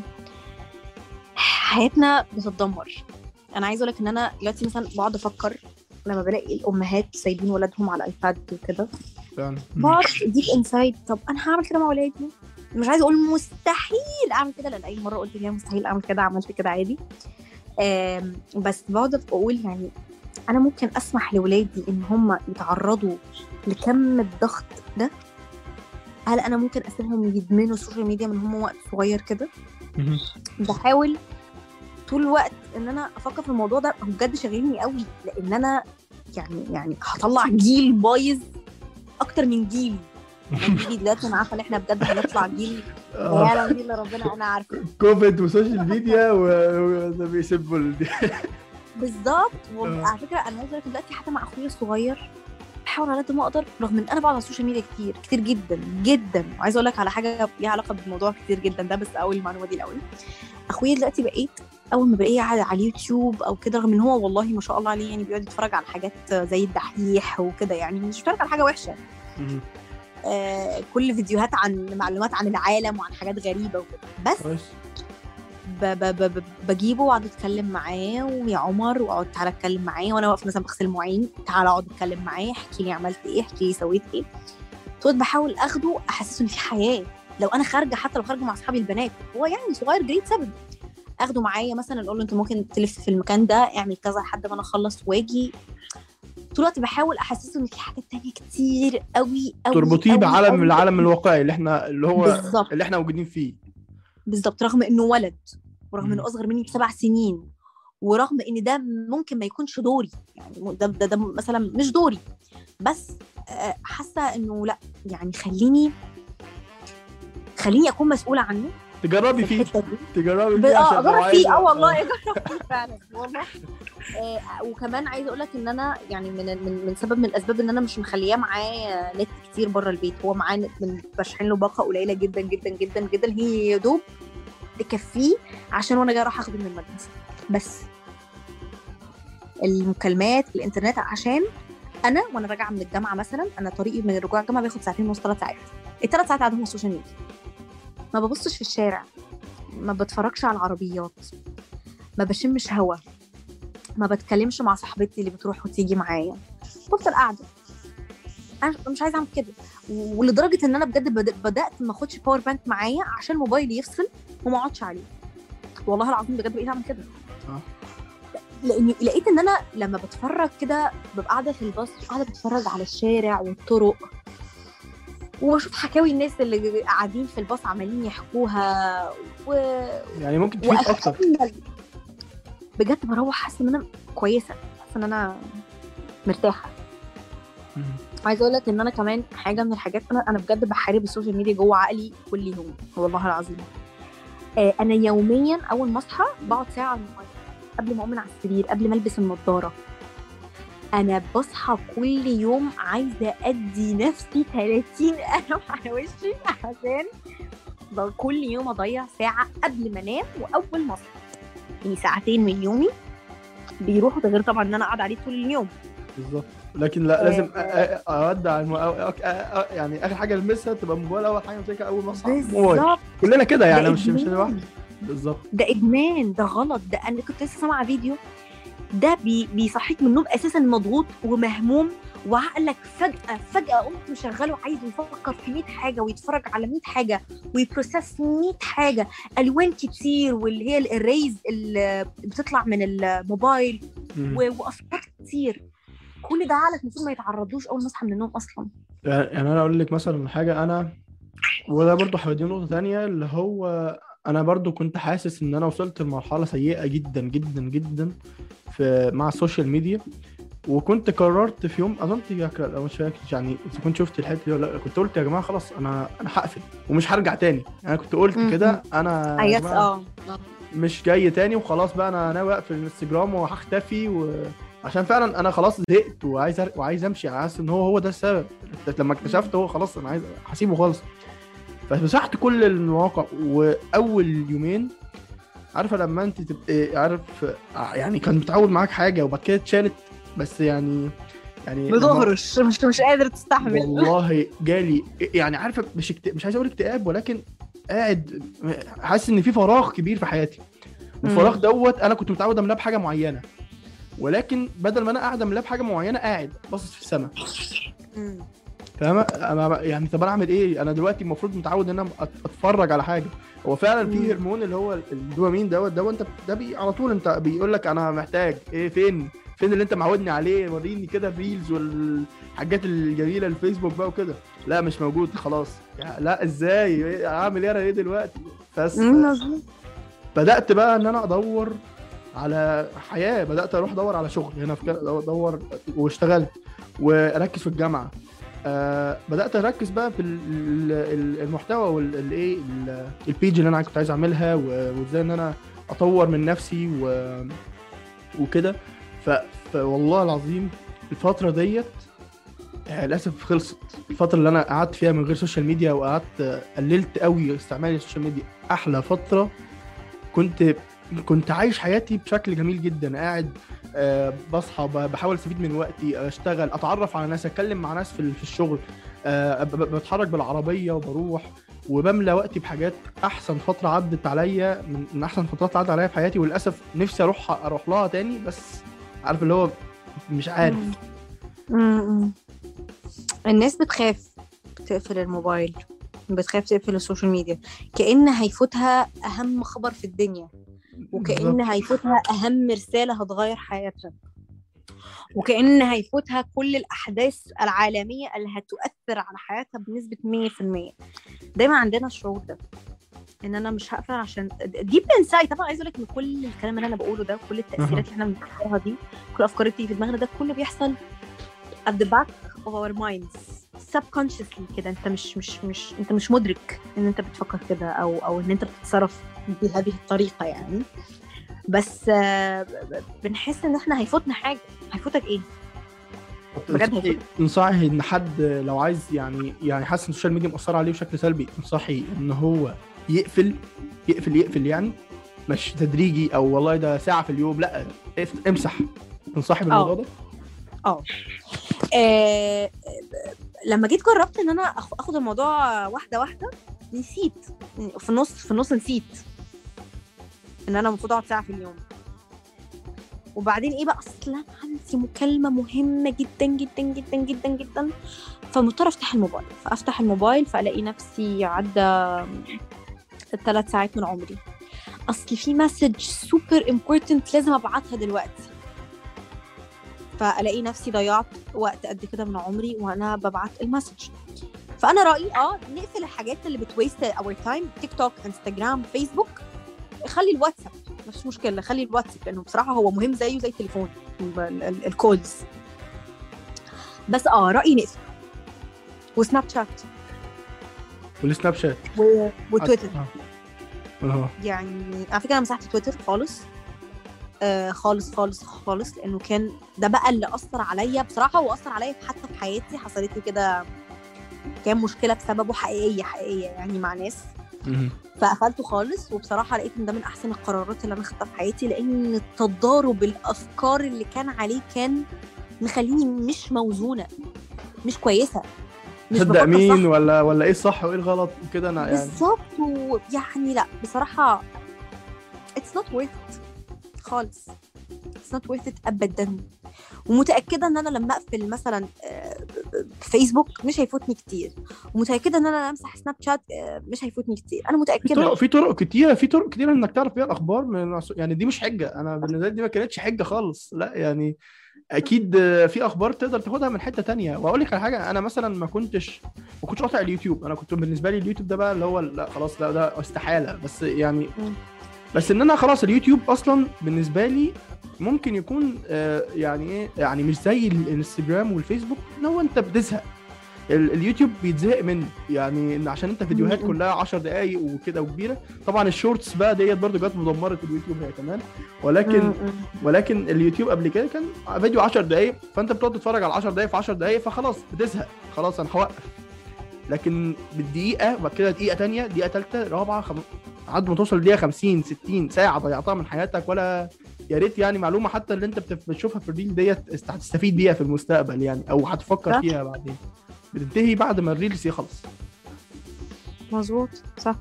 [SPEAKER 2] حياتنا بتتدمر. انا عايزه اقول لك ان انا دلوقتي مثلا بقعد افكر لما بلاقي الامهات سايبين ولادهم على الايباد وكده،
[SPEAKER 1] فعلا.
[SPEAKER 2] بقعد ديب انسايد، طب انا هعمل كده مع ولادي؟ مش عايزه اقول مستحيل اعمل كده، لان اي مره قلت ليها مستحيل اعمل كده عملت كده عادي. آم، بس بقعد اقول يعني انا ممكن اسمح لولادي ان هم يتعرضوا لكم الضغط ده؟ هل انا ممكن اسيبهم يدمنوا السوشيال ميديا من هم وقت صغير كده؟
[SPEAKER 1] مهم.
[SPEAKER 2] بحاول طول الوقت ان انا افكر في الموضوع ده، هو بجد شاغلني قوي، لان انا يعني يعني هطلع جيل بايظ اكتر من جيل. يعني جيلي دلوقتي انا عارفه ان احنا بجد هنطلع جيل ما
[SPEAKER 1] آه،
[SPEAKER 2] يعلم بيه الا ربنا، انا عارفه
[SPEAKER 1] كوفيد وسوشيال ميديا و- وده بيسبوا ال- دي.
[SPEAKER 2] بالظبط.
[SPEAKER 1] آه.
[SPEAKER 2] وعلى فكره انا عايزه اقول لك دلوقتي حتى مع اخويا الصغير بحاول على قد ما اقدر، رغم ان انا بقعد على السوشيال ميديا كتير كتير جدا جدا. وعايزه اقول لك على حاجه ليها علاقه بالموضوع كتير جدا ده، بس اول المعلومه دي الاول. اخويا دلوقتي بقيت اول ما بلاقيه قاعد على اليوتيوب او كده، رغم ان هو والله ما شاء الله عليه يعني بيقعد يتفرج على حاجات زي الدحيح وكده، يعني مش بيتفرج على حاجه وحشه.
[SPEAKER 1] مهم.
[SPEAKER 2] آه كل فيديوهات عن معلومات عن العالم وعن حاجات غريبه وكده، بس
[SPEAKER 1] كويس.
[SPEAKER 2] ب ب ب ب بجيبه واقعد اتكلم معاه، ويا عمر واقعد تعالى اتكلم معاه وانا واقف مثلا بغسل المواعين، تعالى اقعد اتكلم معاه، احكي لي عملت ايه، احكي لي سويت ايه. طول بحاول اخده احسسه ان في حياه. لو انا خارجه، حتى لو خارجه مع اصحابي البنات، هو يعني صغير جريد سبعة، اخده معايا مثلا اقول له انت ممكن تلف في المكان ده، اعمل كذا لحد ما انا اخلص واجي. طول الوقت بحاول احسسه ان في حاجات تانية كتير قوي قوي
[SPEAKER 1] تربطيه
[SPEAKER 2] قوي
[SPEAKER 1] بعالم
[SPEAKER 2] قوي.
[SPEAKER 1] العالم الواقعي اللي احنا اللي هو
[SPEAKER 2] بالظبط
[SPEAKER 1] اللي احنا موجودين فيه.
[SPEAKER 2] بالظبط، رغم انه ولد، ورغم انه
[SPEAKER 1] مم.
[SPEAKER 2] اصغر مني بسبع سنين، ورغم ان ده ممكن ما يكونش دوري، يعني ده ده, ده مثلا مش دوري، بس آه، حاسه انه لا، يعني خليني خليني اكون مسؤوله عنه
[SPEAKER 1] تجربي
[SPEAKER 2] في
[SPEAKER 1] فيه
[SPEAKER 2] الحته دي.
[SPEAKER 1] تجربي
[SPEAKER 2] ب-
[SPEAKER 1] فيه
[SPEAKER 2] اه
[SPEAKER 1] عشان لو
[SPEAKER 2] اجرب فيه، اه
[SPEAKER 1] عايزه.
[SPEAKER 2] والله
[SPEAKER 1] آه.
[SPEAKER 2] اجرب فيه فعلا والله. آه وكمان عايزه اقول لك ان انا يعني من من من سبب من الاسباب ان انا مش مخلياه معاه نت كتير بره البيت. هو معاه نت من بشحن له باقه قليله جدا جدا جدا جدا، هي يا دوب تكفيه عشان وانا جايه رايحه اخده من المدرسه. بس المكالمات الانترنت عشان انا وانا راجعه من الجامعه مثلا، انا طريقي من الرجوع الجامعه بياخد ساعتين ونص ثلاث ساعات، الثلاث ساعات قاعدين على السوشيال ميديا، ما ببصش في الشارع، ما بتفرجش على العربيات، ما بشمش هوا، ما بتكلمش مع صاحبتي اللي بتروح وتيجي معايا، بفضل قاعده. انا مش عايزه اعمل كده، ولدرجه ان انا بجد بد- بدات ما اخدش باور بانك معايا عشان موبايلي يفصل وما اقعدش عليه. والله العظيم بجد بقيت اعمل كده.
[SPEAKER 1] آه.
[SPEAKER 2] لاني لقيت ان انا لما بتفرج كده ببقى قاعده في الباص، قاعده بتفرج على الشارع والطرق، وبشوف حكاوي الناس اللي قاعدين في الباص عمالين يحكوها و...
[SPEAKER 1] يعني ممكن تفيد اكتر.
[SPEAKER 2] وأتأمل. بجد بروح حاسه ان انا كويسه، حاسه ان انا مرتاحه.
[SPEAKER 1] مم.
[SPEAKER 2] عايزه اقول لك ان انا كمان حاجه من الحاجات، انا انا بجد بحارب السوشيال ميديا جوه عقلي كل يوم والله العظيم. آه انا يوميا اول ما اصحى بقعد ساعه على الموبايل، قبل ما اقوم من على السرير، قبل ما البس النضاره. انا بصحى كل يوم عايزه ادي نفسي ثلاثين قلم على وشي، عشان ب- كل يوم اضيع ساعه قبل ما انام واول ما اصحى. يعني ساعتين من يومي بيروحوا، ده غير طبعا ان انا قاعده عليه طول اليوم.
[SPEAKER 1] بالظبط. لكن لا، لازم أ- أ- اودع الم... أ- أ- أ- يعني اخر حاجه المسها تبقى موبايل، اول حاجه امسكها اول ما اصحى موبايل.
[SPEAKER 2] بالظبط،
[SPEAKER 1] كلنا كده يعني،
[SPEAKER 2] ده
[SPEAKER 1] مش مش انا
[SPEAKER 2] إدمان.
[SPEAKER 1] لوحدي. بالظبط.
[SPEAKER 2] ده ادمان، ده غلط. ده انا كنت لسه سامعه فيديو، ده بي بيصحيك من النوم اساسا مضغوط ومهموم، وعقلك فجاه فجاه قمت مشغله عايز يفكر في مية حاجه ويتفرج على مية حاجه ويبروسس مية حاجه، الوان كتير، واللي هي الريز اللي بتطلع من الموبايل
[SPEAKER 1] مم.
[SPEAKER 2] و- واصوات كتير. كل ده عقلك المفروض ما يتعرضوش اول ما اصحى من النوم اصلا.
[SPEAKER 1] يعني يعني انا اقول لك مثلا حاجه، انا وده برضو هودي نقطه تانية، اللي هو انا برضو كنت حاسس ان انا وصلت لمرحله سيئه جدا جدا جدا في مع السوشيال ميديا. وكنت قررت في يوم، اظن فاكر لو مش فاكر يعني، اذا كنت شفت الحته دي ولا لا، كنت قلت يا جماعه خلاص انا انا هقفل ومش هرجع تاني. انا كنت قلت
[SPEAKER 2] م-
[SPEAKER 1] كده، انا يا
[SPEAKER 2] ايس
[SPEAKER 1] جماعه
[SPEAKER 2] اه آه.
[SPEAKER 1] مش جاي تاني وخلاص بقى، انا ناوي اقفل الانستجرام وهختفي و... عشان فعلا انا خلاص زهقت وعايز أر... وعايز امشي، حاسس ان هو هو ده السبب. لما اكتشفت هو خلاص انا عايز هسيبه خالص، فمسحت كل المواقع. واول يومين، عارفه لما انت تبقى عارف يعني كان بتعود معاك حاجه وبعد كده اتشالت، بس يعني يعني
[SPEAKER 2] بتهرش مش مش قادر تستحمل.
[SPEAKER 1] والله جالي يعني عارفه مش اكت... مش عايز اقول اكتئاب، ولكن قاعد حاسس ان في فراغ كبير في حياتي. والفراغ دوت انا كنت متعود املاه بحاجه معينه، ولكن بدل ما انا قاعد املاه بحاجه معينه قاعد باصص في السماء. فاهمه انا يعني طب انا اعمل ايه؟ انا دلوقتي المفروض متعود ان انا اتفرج على حاجه. هو فعلا في هرمون اللي هو الدوبامين دوت ده انت ده بي على طول انت بيقول لك انا محتاج ايه، فين فين اللي انت معودني عليه، وريني كده الريلز والحاجات الجميله الفيسبوك بقى وكده. لا مش موجود خلاص. يعني لا ازاي اعمل ايه انا ايه دلوقتي؟ بس بدات بقى ان انا ادور على حياه، بدات اروح ادور على شغل هنا في ادور واشتغلت واركز في الجامعه. آه بدات اركز بقى في المحتوى والايه البيج اللي انا كنت عايز اعملها، وازاي ان انا اطور من نفسي وكده. فوالله العظيم الفتره ديت للاسف خلصت. الفتره اللي انا قعدت فيها من غير سوشيال ميديا وقعدت قللت قوي استعمالي السوشيال ميديا، احلى فتره. كنت كنت عايش حياتي بشكل جميل جدا، قاعد أه بصحى بحاول استفيد من وقتي، اشتغل، اتعرف على ناس، اتكلم مع ناس في الشغل، أه بتحرك بالعربيه وبروح وبملى وقتي بحاجات. احسن فتره عدت عليا من, من احسن فترات عدت عليا في حياتي، وللاسف نفسي اروح اروح لها تاني، بس عارف اللي هو مش عارف.
[SPEAKER 2] امم الناس بتخاف تقفل الموبايل، بتخاف تقفل السوشيال ميديا، كأن هيفوتها اهم خبر في الدنيا، وكأن هيفوتها أهم رسالة هتغير حياتها، وكأن هيفوتها كل الأحداث العالمية اللي هتؤثر على حياتها بنسبة مية في المية. دايما عندنا الشعور ده إن أنا مش هقفل عشان دي بنساي. طبعا عايز أقولك إن كل الكلام اللي أنا بقوله ده، كل التأثيرات اللي احنا بنفكرها دي، كل الأفكار اللي في دماغنا ده، كله بيحصل at the back of our minds subconsciously كده. أنت مش مش مش أنت مش مدرك إن أنت بتفكر كده، أو أو إن أنت بتتصرف بهذه الطريقة يعني. بس بنحس ان احنا هيفوتنا حاجه. هيفوتك ايه
[SPEAKER 1] بجد؟ هيفوتك. انصحي ان حد لو عايز يعني يعني حاسس ان السوشيال ميديا مؤثره عليه بشكل سلبي، انصحي ان هو يقفل يقفل يقفل يعني مش تدريجي او والله ده ساعه في اليوم، لا امسح. تنصحي بالموضوع ده؟
[SPEAKER 2] اه آه، لما جيت جربت ان انا اخد الموضوع واحده واحده، نسيت في النص في النص نسيت ان انا المفروض اقعد ساعه في اليوم. وبعدين ايه بقى، اصلا عندي مكالمه مهمه جدا جدا جدا جدا جدا، فمضطر افتح الموبايل. فافتح الموبايل فالاقي نفسي عدى ثلاث ساعات من عمري. اصل في مسج سوبر امبورتنت لازم ابعتها دلوقتي، فالاقي نفسي ضيعت وقت قد كده من عمري وانا ببعت المسج. فانا رايي اه نقفل الحاجات اللي بتويست اور تايم، تيك توك، انستغرام، فيسبوك. خلي الواتساب مفيش مشكله، خلي الواتساب لانه بصراحه هو مهم زيه زي التليفون الكولز. بس اه رايي نقفل. وسناب شات
[SPEAKER 1] والسناب شات
[SPEAKER 2] و... وتويتر.
[SPEAKER 1] اه
[SPEAKER 2] يعني على فكره انا مسحت تويتر خالص آه خالص خالص خالص، لانه كان ده بقى اللي اثر عليا بصراحه، واثر عليا حتى في حياتي. حصلت لي كده كان مشكله بسببه حقيقيه حقيقيه يعني مع ناس، فقفلته خالص. وبصراحه لقيت ان ده من احسن القرارات اللي انا خدتها في حياتي، لان التضارب الافكار اللي كان عليه كان مخليني مش موزونه، مش كويسه، مش
[SPEAKER 1] تصدق مين ولا ولا ايه الصح وايه الغلط وكده. انا يعني
[SPEAKER 2] بالظبط يعني لا بصراحه it's not worth it خالص، it's not worth it ابدا. ومتاكده ان انا لما اقفل مثلا فيسبوك مش هيفوتني كتير، ومتاكده ان انا امسح سناب شات مش هيفوتني كتير. انا متاكده
[SPEAKER 1] في طرق في طرق كتيره في طرق كتيره انك تعرف بيها الاخبار من يعني. دي مش حجه، انا بالنسبه لي دي ما كانتش حجه خالص، لا يعني اكيد في اخبار تقدر تاخدها من حته تانية. واقول لك على حاجه، انا مثلا ما كنتش ما كنتش قاطع اليوتيوب. انا كنت بالنسبه لي اليوتيوب ده بقى اللي هو لا خلاص ده ده استحاله. بس يعني م. بس ان انا خلاص اليوتيوب اصلا بالنسبه لي ممكن يكون آه يعني ايه يعني مش زي الانستجرام والفيسبوك ان هو انت بتزهق. اليوتيوب بيتزهق منه يعني، ان عشان انت فيديوهات كلها عشر دقايق وكده وكبيره. طبعا الشورتس بقى ديت برضو جت مدمره اليوتيوب هي كمان، ولكن ولكن اليوتيوب قبل كده كان فيديو عشر دقايق، فانت بتقعد تتفرج على عشر دقايق في عشر دقايق، فخلاص بتزهق، خلاص انا هوقف. لكن بالدقيقه وبعد كده دقيقه ثانيه، دقيقه ثالثه، رابعه، خم... عاد ما توصل لدقيقه خمسين ستين ساعه ضيعتها من حياتك ولا يا ريت يعني معلومه حتى اللي انت بتشوفها في الريل ديت هتستفيد بيها في المستقبل يعني، او هتفكر فيها بعدين، بتنتهي بعد ما الريلز يخلص.
[SPEAKER 2] مظبوط صح.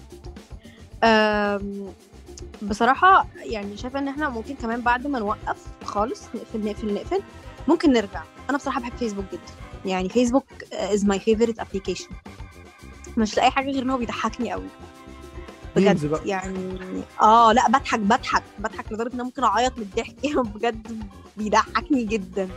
[SPEAKER 2] بصراحه يعني شايفه ان احنا ممكن كمان بعد ما نوقف خالص نقفل نقفل نقفل ممكن نرجع. انا بصراحه بحب فيسبوك جدا، يعني فيسبوك is my favorite application. مش لاقي حاجه غير ان هو بيضحكني قوي بجد يعني. اه لا بضحك بضحك بضحك لدرجه ان انا ممكن اعيط من الضحك بجد بيضحكني جدا.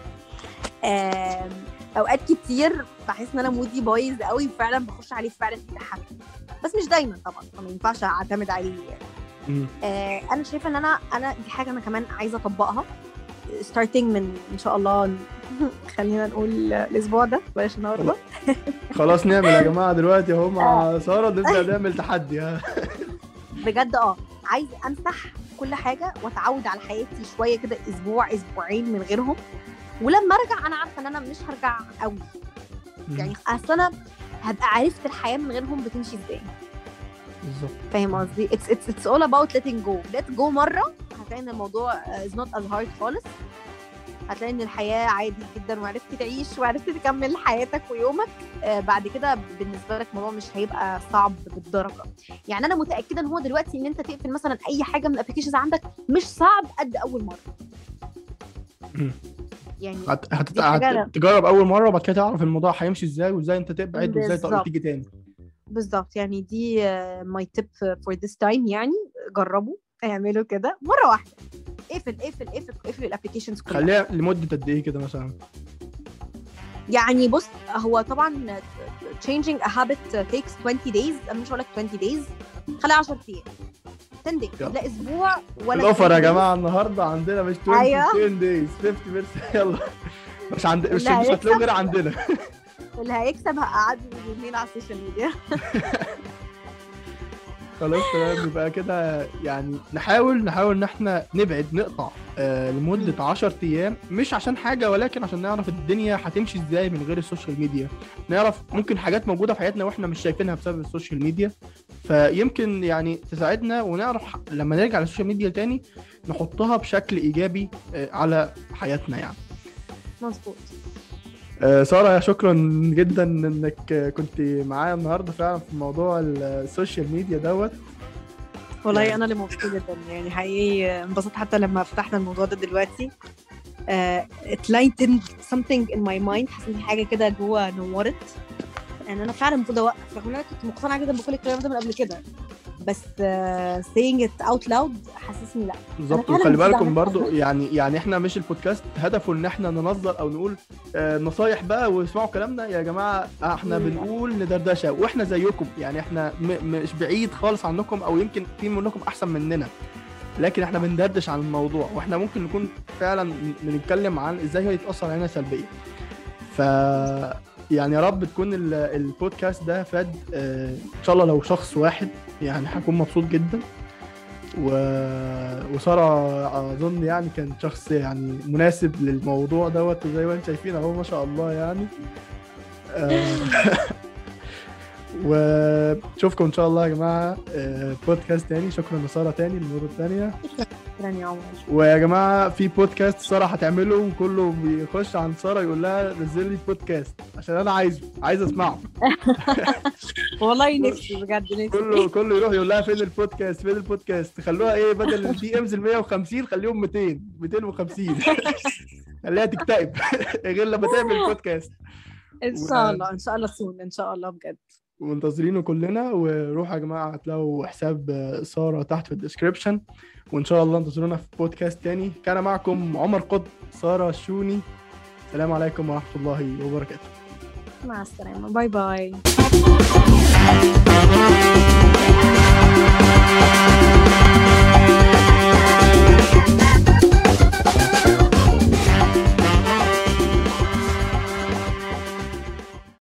[SPEAKER 2] اوقات كتير بحس ان انا مودي بايظ قوي فعلا بخش عليه فعلا بيضحكني، بس مش دايما طبعا، ما ينفعش اعتمد عليه يعني. آه انا شايفه ان انا انا دي حاجه انا كمان عايزه اطبقها starting من ان شاء الله خلينا نقول الاسبوع ده بلاش النهارده.
[SPEAKER 1] خلاص نعمل يا جماعه دلوقتي اهو مع ساره نبدا نعمل تحدي ها
[SPEAKER 2] بجد. اه عايز امسح كل حاجه واتعود على حياتي شويه كده اسبوع اسبوعين من غيرهم، ولما ارجع انا عارفه ان انا مش هرجع قوي يعني، اصل انا هبقى عرفت الحياه من غيرهم بتمشي ازاي
[SPEAKER 1] بالظبط.
[SPEAKER 2] فاهم قصدي؟ it's it's it's all about letting go. let go مره هتلاقي ان الموضوع is not as hard خالص، هتلاقي ان الحياه عادي جدا وعرفت تعيش وعرفت تكمل حياتك ويومك. آه بعد كده بالنسبه لك الموضوع مش هيبقى صعب بالدرجه يعني. انا متاكده ان هو دلوقتي ان انت تقفل مثلا اي حاجه من الابلكيشنز عندك مش صعب قد اول مره يعني.
[SPEAKER 1] هت... هت... هتجرب اول مره وبعد كده تعرف الموضوع هيمشي ازاي وازاي انت تبعد وازاي تيجي تاني.
[SPEAKER 2] بالظبط يعني دي my tip for this time يعني. جربوا اعملوا كده مره واحده، اقفل اقفل اقفل اقفل الابلكيشنز كلها.
[SPEAKER 1] خليها لمده قد ايه كده مثلا؟
[SPEAKER 2] يعني بص هو طبعا changing a habit takes twenty days. انا مش هقول لك twenty days، خليها عشرة ايام ten days لا اسبوع ولا.
[SPEAKER 1] الاوفر يا جماعه النهارده عندنا مش twenty أيوة. days fifty percent يلا مش عند مش هتلاقوا غير عندنا.
[SPEAKER 2] اللي هيكسب هقعده يومين على السوشيال ميديا.
[SPEAKER 1] خلاص تمام يبقى كده يعني نحاول نحاول ان احنا نبعد نقطع آه لمده عشرة ايام، مش عشان حاجه ولكن عشان نعرف الدنيا هتمشي ازاي من غير السوشيال ميديا، نعرف ممكن حاجات موجوده في حياتنا واحنا مش شايفينها بسبب السوشيال ميديا، فيمكن يعني تساعدنا ونعرف لما نرجع للسوشيال ميديا تاني نحطها بشكل ايجابي آه على حياتنا يعني.
[SPEAKER 2] مظبوط.
[SPEAKER 1] آه سارة شكرا جدا انك كنت معايا النهارده فعلا في موضوع السوشيال ميديا دوت.
[SPEAKER 2] والله يعني انا اللي مبسوطه جدا يعني حقيقي انبسطت حتى لما فتحنا الموضوع ده دلوقتي. uh, it lightened something in my mind. حسيت ان حاجه كده جوه نورت يعني. انا فعلا المفروض اوقف رغم ان انا كنت مقتنعه جدا بكل الكلام ده من قبل كده، بس uh, saying it out loud حسسني لا
[SPEAKER 1] بالظبط. وخلي بالكم برضو يعني يعني احنا مش البودكاست هدفه ان احنا ننظر او نقول آه نصايح بقى واسمعوا كلامنا يا جماعه، احنا مم. بنقول ندردشه واحنا زيكم يعني، احنا م- مش بعيد خالص عنكم او يمكن في منكم احسن مننا، لكن احنا بندردش عن الموضوع واحنا ممكن نكون فعلا بنتكلم عن ازاي هي يتاثر علينا سلبيا. ف يعني يا رب تكون البودكاست ده فاد آه ان شاء الله لو شخص واحد يعني هكون مبسوط جدا. و... وسارة اظن يعني كان شخص يعني مناسب للموضوع دوت زي ما انتم شايفين اهو ما شاء الله يعني. آه وشوفكم ان شاء الله يا جماعه آه بودكاست تاني. شكرا لسارة تاني المره الثانيه.
[SPEAKER 2] شكرا يا عمر.
[SPEAKER 1] ويا جماعه في بودكاست سارة هتعمله وكله بيخش عن سارة يقول لها نزل لي بودكاست عشان انا عايزه عايز اسمعه.
[SPEAKER 2] والله نفسي بجد نفسي
[SPEAKER 1] كله كله يروح يقول لها فين البودكاست فين البودكاست. خلوها ايه بدل الدي امز ال مية وخمسين خليهم ميتين ميتين وخمسين خليها تكتئب غير لما تعمل بودكاست.
[SPEAKER 2] ان شاء الله ان شاء الله سون ان شاء الله بجد
[SPEAKER 1] منتظرينه كلنا. وروحوا يا جماعه هتلاقوا حساب سارة تحت في الديسكريبشن، وان شاء الله انتظرونا في بودكاست تاني. كان معكم عمر قطب سارة الشوني. السلام عليكم ورحمه الله وبركاته.
[SPEAKER 2] مع السلامه باي باي.